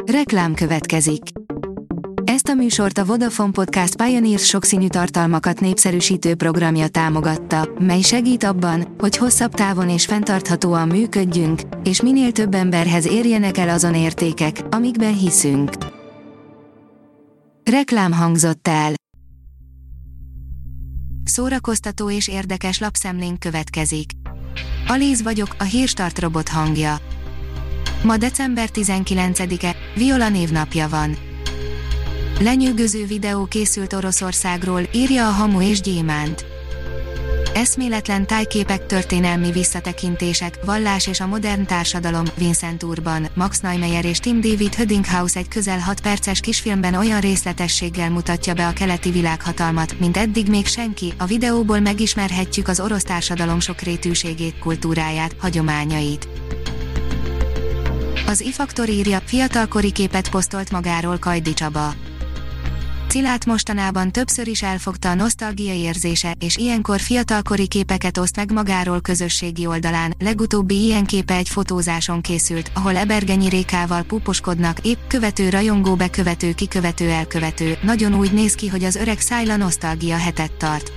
Reklám következik. Ezt a műsort a Vodafone Podcast Pioneers sokszínű tartalmakat népszerűsítő programja támogatta, mely segít abban, hogy hosszabb távon és fenntarthatóan működjünk, és minél több emberhez érjenek el azon értékek, amikben hiszünk. Reklám hangzott el. Szórakoztató és érdekes lapszemlénk következik. Alíz vagyok, a Hírstart robot hangja. Ma december 19-e, Viola névnapja van. Lenyűgöző videó készült Oroszországról, írja a Hamu és Gyémánt. Eszméletlen tájképek, történelmi visszatekintések, vallás és a modern társadalom, Vincent Urban, Max Neumeyer és Tim David Höddinghaus egy közel 6 perces kisfilmben olyan részletességgel mutatja be a keleti világhatalmat, mint eddig még senki. A videóból megismerhetjük az orosz társadalom sokrétűségét, kultúráját, hagyományait. Az iFaktor írja, fiatalkori képet posztolt magáról Kajdi Csaba. Cilát mostanában többször is elfogta a nosztalgia érzése, és ilyenkor fiatalkori képeket oszt meg magáról közösségi oldalán. Legutóbbi ilyen képe egy fotózáson készült, ahol Ebergenyi Rékával púposkodnak, épp követő rajongó bekövető kikövető elkövető. Nagyon úgy néz ki, hogy az öreg Szájla nosztalgia hetet tart.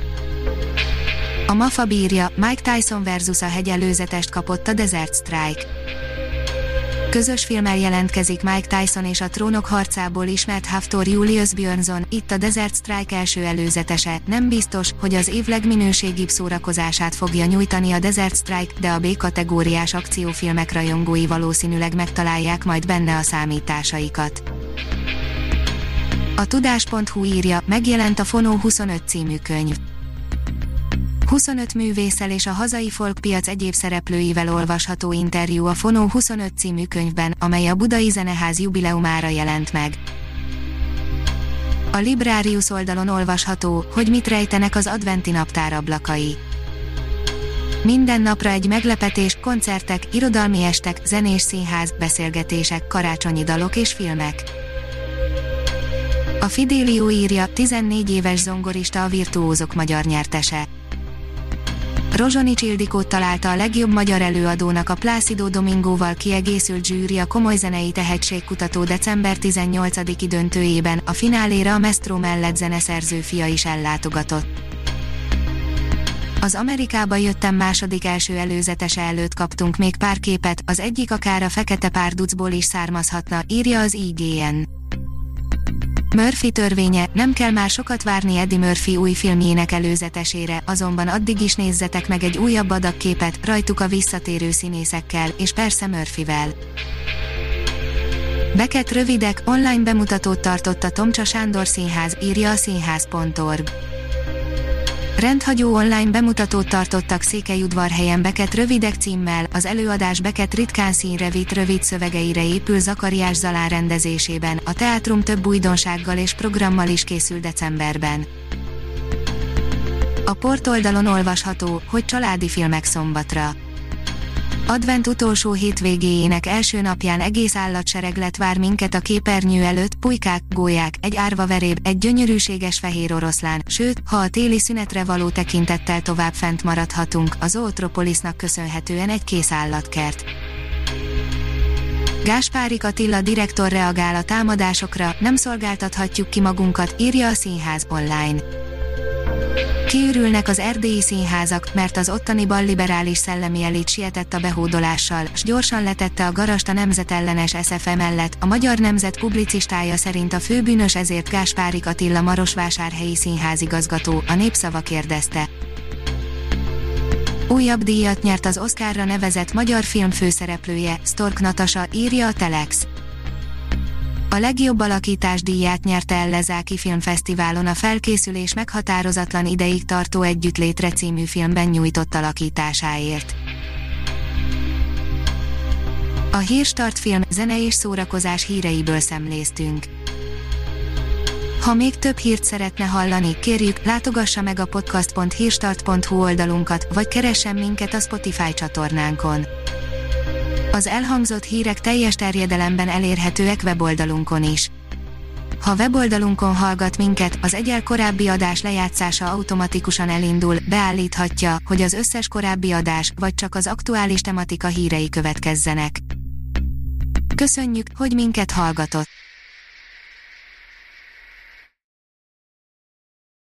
A MAFA bírja, Mike Tyson versus a hegy előzetest kapott a Desert Strike. Közös filmmel jelentkezik Mike Tyson és a Trónok harcából ismert Hafthor Julius Björnsson, itt a Desert Strike első előzetese. Nem biztos, hogy az év legminőségibb szórakozását fogja nyújtani a Desert Strike, de a B-kategóriás akciófilmek rajongói valószínűleg megtalálják majd benne a számításaikat. A Tudás.hu írja, megjelent a Fonó 25 című könyv. 25 művésszel és a hazai folkpiac egyéb szereplőivel olvasható interjú a Fonó 25 című könyvben, amely a Budai Zeneház jubileumára jelent meg. A Librarius oldalon olvasható, hogy mit rejtenek az adventi naptár ablakai. Minden napra egy meglepetés, koncertek, irodalmi estek, zenés színház, beszélgetések, karácsonyi dalok és filmek. A Fidelio írja, 14 éves zongorista a Virtuózok magyar nyertese. Rozsonics Ildikót találta a legjobb magyar előadónak a Plácido Domingóval kiegészült zsűri a Komoly Zenei Tehetségkutató december 18-i döntőjében, a fináléra a Maestro mellett zeneszerző fia is ellátogatott. Az Amerikába jöttem második első előzetese előtt kaptunk még pár képet, az egyik akár a Fekete párducból is származhatna, írja az IGN. Murphy törvénye, nem kell már sokat várni Eddie Murphy új filmjének előzetesére, azonban addig is nézzetek meg egy újabb adag képet, rajtuk a visszatérő színészekkel, és persze Murphyvel. Beckett rövidek, online bemutatót tartott a Tomcsa Sándor Színház, írja a színház.org. Rendhagyó online bemutatót tartottak Székelyudvarhelyen Beckett rövidek címmel, az előadás Beckett ritkán színre vitt rövid szövegeire épül Zakariás Zalán rendezésében, a teátrum több újdonsággal és programmal is készül decemberben. A portoldalon olvasható, hogy családi filmek szombatra. Advent utolsó hétvégéjének első napján egész állatsereglet vár minket a képernyő előtt, pulykák, gólyák, egy árvaveréb, egy gyönyörűséges fehér oroszlán, sőt, ha a téli szünetre való tekintettel tovább fent maradhatunk, a Zootropolisnak köszönhetően egy kész állatkert. Gáspárik Attila direktor reagál a támadásokra, nem szolgáltathatjuk ki magunkat, írja a Színház online. Kiürülnek az erdélyi színházak, mert az ottani balliberális szellemi elit sietett a behódolással, s gyorsan letette a garast a nemzetellenes SFE mellett. A Magyar Nemzet publicistája szerint a főbűnös ezért Gáspárik Attila marosvásárhelyi színházigazgató, a Népszava kérdezte. Újabb díjat nyert az Oscarra nevezett magyar film főszereplője, Stork Natasa, írja a Telex. A legjobb alakítás díját nyerte el Lezáki Filmfesztiválon a Felkészülés meghatározatlan ideig tartó együttlétre című filmben nyújtott alakításáért. A Hírstart film, zene és szórakozás híreiből szemléztünk. Ha még több hírt szeretne hallani, kérjük, látogassa meg a podcast.hírstart.hu oldalunkat, vagy keressen minket a Spotify csatornánkon. Az elhangzott hírek teljes terjedelemben elérhetőek weboldalunkon is. Ha weboldalunkon hallgat minket, az egyel korábbi adás lejátszása automatikusan elindul, beállíthatja, hogy az összes korábbi adás, vagy csak az aktuális tematika hírei következzenek. Köszönjük, hogy minket hallgatott!